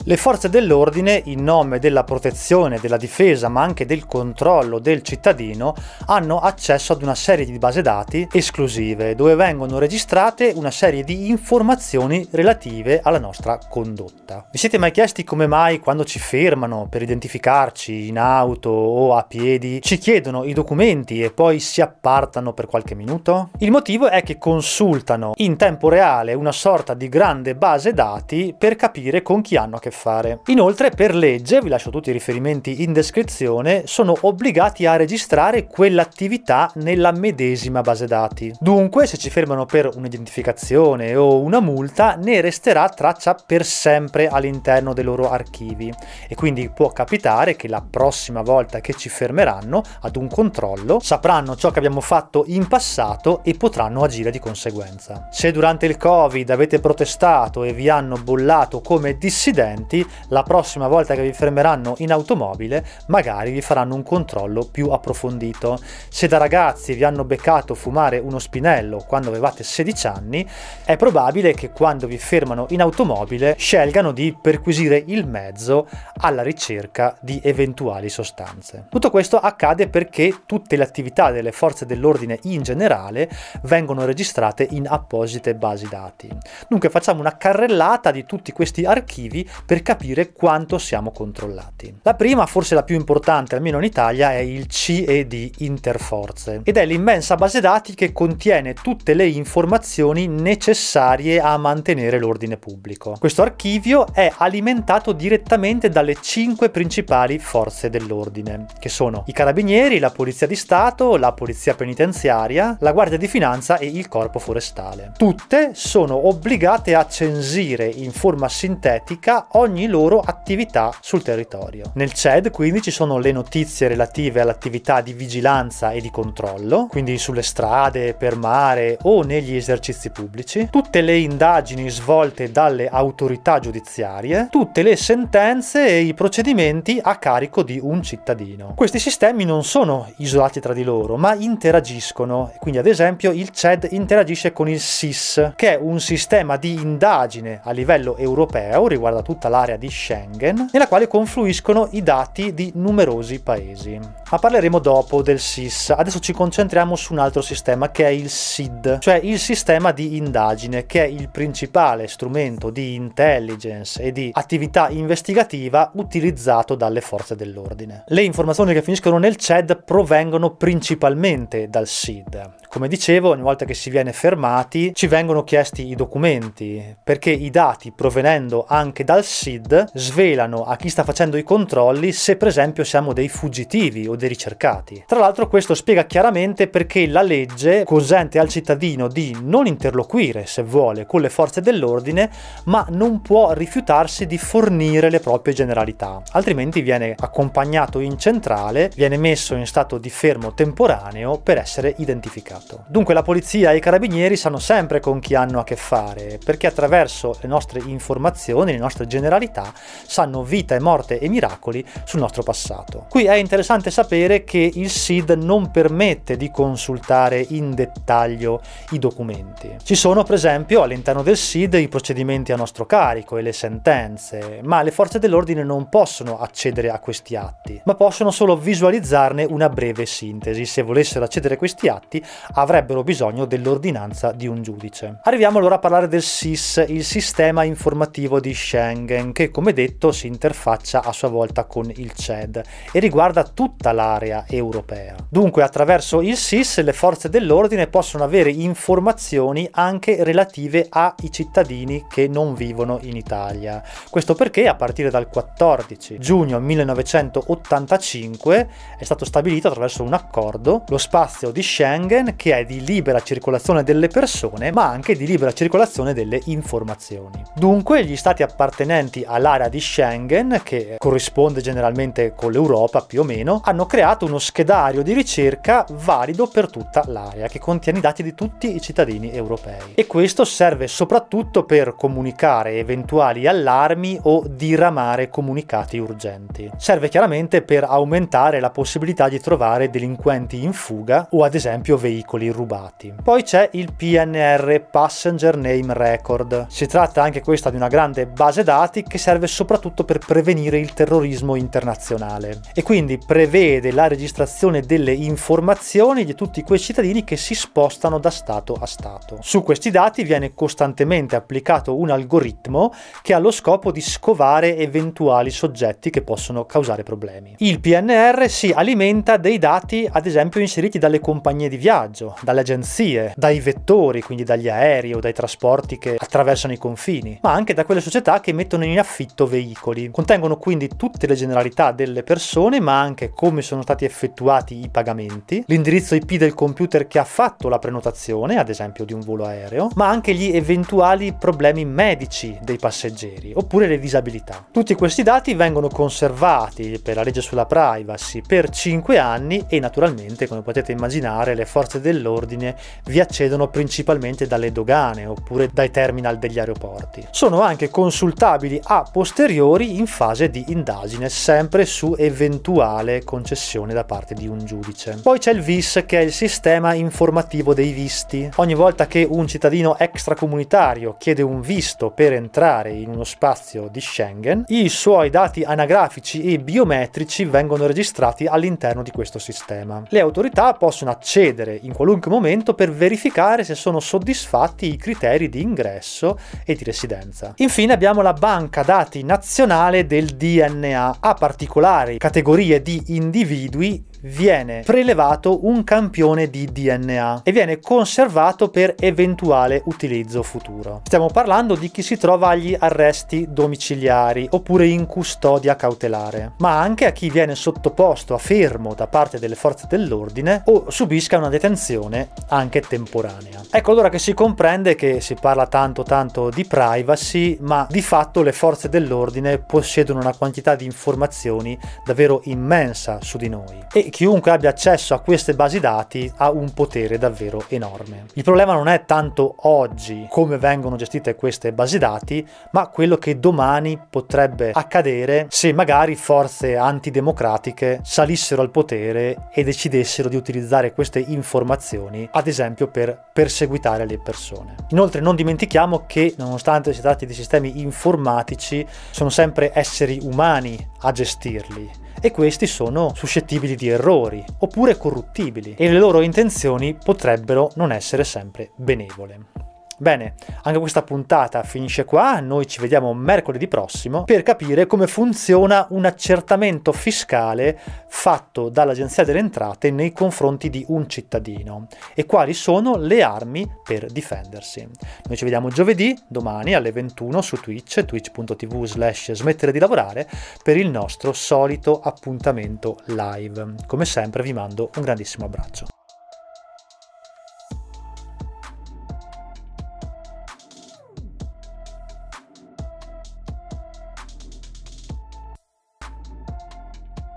Le forze dell'ordine, in nome della protezione, della difesa, ma anche del controllo del cittadino, hanno accesso ad una serie di base dati esclusive, dove vengono registrate una serie di informazioni relative alla nostra condotta. Vi siete mai chiesti come mai quando ci fermano per identificarci in auto o a piedi, ci chiedono i documenti e poi si appartano per qualche minuto? Il motivo è che consultano in tempo reale una sorta di grande base dati per capire con chi hanno a che fare. Inoltre, per legge, vi lascio tutti i riferimenti in descrizione, sono obbligati a registrare quell'attività nella medesima base dati. Dunque, se ci fermano per un'identificazione o una multa, ne resterà traccia per sempre all'interno dei loro archivi e quindi può capitare che la prossima volta che ci fermeranno ad un controllo sapranno ciò che abbiamo fatto in passato e potranno agire di conseguenza. Se durante il Covid avete protestato e vi hanno bollato come dissidenti, la prossima volta che vi fermeranno in automobile magari vi faranno un controllo più approfondito. Se da ragazzi vi hanno beccato fumare uno spinello quando avevate 16 anni, è probabile che quando vi fermano in automobile scelgano di perquisire il mezzo alla ricerca di eventuali sostanze. Tutto questo accade perché tutte le attività delle forze dell'ordine in generale vengono registrate in apposite basi dati. Dunque facciamo una carrellata di tutti questi archivi per capire quanto siamo controllati. La prima, forse la più importante, almeno in Italia, è il CED Interforze ed è l'immensa base dati che contiene tutte le informazioni necessarie a mantenere l'ordine pubblico. Questo archivio è alimentato direttamente dalle 5 principali forze dell'ordine, che sono i Carabinieri, la Polizia di Stato, la Polizia Penitenziaria, la Guardia di Finanza e il Corpo Forestale. Tutte sono obbligate a censire in forma sintetica ogni loro attività sul territorio. Nel CED quindi ci sono le notizie relative all'attività di vigilanza e di controllo, quindi sulle strade, per mare o negli esercizi pubblici, tutte le indagini svolte dalle autorità giudiziarie, tutte le sentenze e i procedimenti a carico di un cittadino. Questi sistemi non sono isolati tra di loro, ma interagiscono. Quindi ad esempio il CED interagisce con il SIS, che è un sistema di indagine a livello europeo, riguarda tutta l'area di Schengen, nella quale confluiscono i dati di numerosi paesi. Ma parleremo dopo del SIS. Adesso ci concentriamo su un altro sistema che è il SID, cioè il sistema di indagine, che è il principale strumento di intelligence e di attività investigativa utilizzato dalle forze dell'ordine. Le informazioni che finiscono nel CED provengono principalmente dal SID. Come dicevo, ogni volta che si viene fermati ci vengono chiesti i documenti, perché i dati provenendo anche dal SID svelano a chi sta facendo i controlli se per esempio siamo dei fuggitivi o dei ricercati. Tra l'altro questo spiega chiaramente perché la legge consente al cittadino di non interloquire, se vuole, con le forze dell'ordine, ma non può rifiutarsi di fornire le proprie generalità, altrimenti viene accompagnato in centrale, viene messo in stato di fermo temporaneo per essere identificato. Dunque la polizia e i carabinieri sanno sempre con chi hanno a che fare, perché attraverso le nostre informazioni, le nostre generalità, sanno vita e morte e miracoli sul nostro passato. Qui è interessante sapere che il SID non permette di consultare in dettaglio i documenti. Ci sono per esempio all'interno del SID i procedimenti a nostro carico e le sentenze, ma le forze dell'ordine non possono accedere a questi atti, ma possono solo visualizzarne una breve sintesi. Se volessero accedere a questi atti avrebbero bisogno dell'ordinanza di un giudice. Arriviamo allora a parlare del SIS, il sistema informativo di Schengen, che come detto si interfaccia a sua volta con il CED e riguarda tutta l'area europea. Dunque attraverso il SIS le forze dell'ordine possono avere informazioni anche relative ai cittadini che non vivono in Italia. Questo perché a partire dal 14 giugno 1985 è stato stabilito attraverso un accordo lo spazio di Schengen, che è di libera circolazione delle persone ma anche di libera circolazione delle informazioni. Dunque gli stati appartenenti all'area di Schengen, che corrisponde generalmente con l'Europa più o meno, hanno creato uno schedario di ricerca valido per tutta l'area che contiene i dati di tutti i cittadini europei, e questo serve soprattutto per comunicare eventuali allarmi o diramare comunicati urgenti. Serve chiaramente per aumentare la possibilità di trovare delinquenti in fuga o ad esempio veicoli rubati. Poi c'è il PNR, Passenger Name Record. Si tratta anche questa di una grande base dati dati che serve soprattutto per prevenire il terrorismo internazionale e quindi prevede la registrazione delle informazioni di tutti quei cittadini che si spostano da stato a stato. Su questi dati viene costantemente applicato un algoritmo che ha lo scopo di scovare eventuali soggetti che possono causare problemi. Il PNR si alimenta dei dati, ad esempio, inseriti dalle compagnie di viaggio, dalle agenzie, dai vettori, quindi dagli aerei o dai trasporti che attraversano i confini, ma anche da quelle società che mettono in affitto veicoli. Contengono quindi tutte le generalità delle persone, ma anche come sono stati effettuati i pagamenti, l'indirizzo IP del computer che ha fatto la prenotazione, ad esempio di un volo aereo, ma anche gli eventuali problemi medici dei passeggeri, oppure le disabilità. Tutti questi dati vengono conservati per la legge sulla privacy per 5 anni e naturalmente, come potete immaginare, le forze dell'ordine vi accedono principalmente dalle dogane oppure dai terminal degli aeroporti. Sono anche consultabili a posteriori in fase di indagine, sempre su eventuale concessione da parte di un giudice. Poi c'è il VIS, che è il sistema informativo dei visti. Ogni volta che un cittadino extracomunitario chiede un visto per entrare in uno spazio di Schengen, i suoi dati anagrafici e biometrici vengono registrati all'interno di questo sistema. Le autorità possono accedere in qualunque momento per verificare se sono soddisfatti i criteri di ingresso e di residenza. Infine abbiamo la banca dati nazionale del DNA. A particolari categorie di individui viene prelevato un campione di DNA e viene conservato per eventuale utilizzo futuro. Stiamo parlando di chi si trova agli arresti domiciliari oppure in custodia cautelare, ma anche a chi viene sottoposto a fermo da parte delle forze dell'ordine o subisca una detenzione anche temporanea. Ecco allora che si comprende che si parla tanto di privacy, ma di fatto le forze dell'ordine possiedono una quantità di informazioni davvero immensa su di noi e chiunque abbia accesso a queste basi dati ha un potere davvero enorme. Il problema non è tanto oggi come vengono gestite queste basi dati, ma quello che domani potrebbe accadere se magari forze antidemocratiche salissero al potere e decidessero di utilizzare queste informazioni, ad esempio per perseguitare le persone. Inoltre non dimentichiamo che, nonostante si tratti di sistemi informatici, sono sempre esseri umani a gestirli e questi sono suscettibili di errori oppure corruttibili e le loro intenzioni potrebbero non essere sempre benevole. Bene, anche questa puntata finisce qua, noi ci vediamo mercoledì prossimo per capire come funziona un accertamento fiscale fatto dall'Agenzia delle Entrate nei confronti di un cittadino e quali sono le armi per difendersi. Noi ci vediamo giovedì, domani alle 21 su twitch.tv/smettere di lavorare per il nostro solito appuntamento live. Come sempre vi mando un grandissimo abbraccio.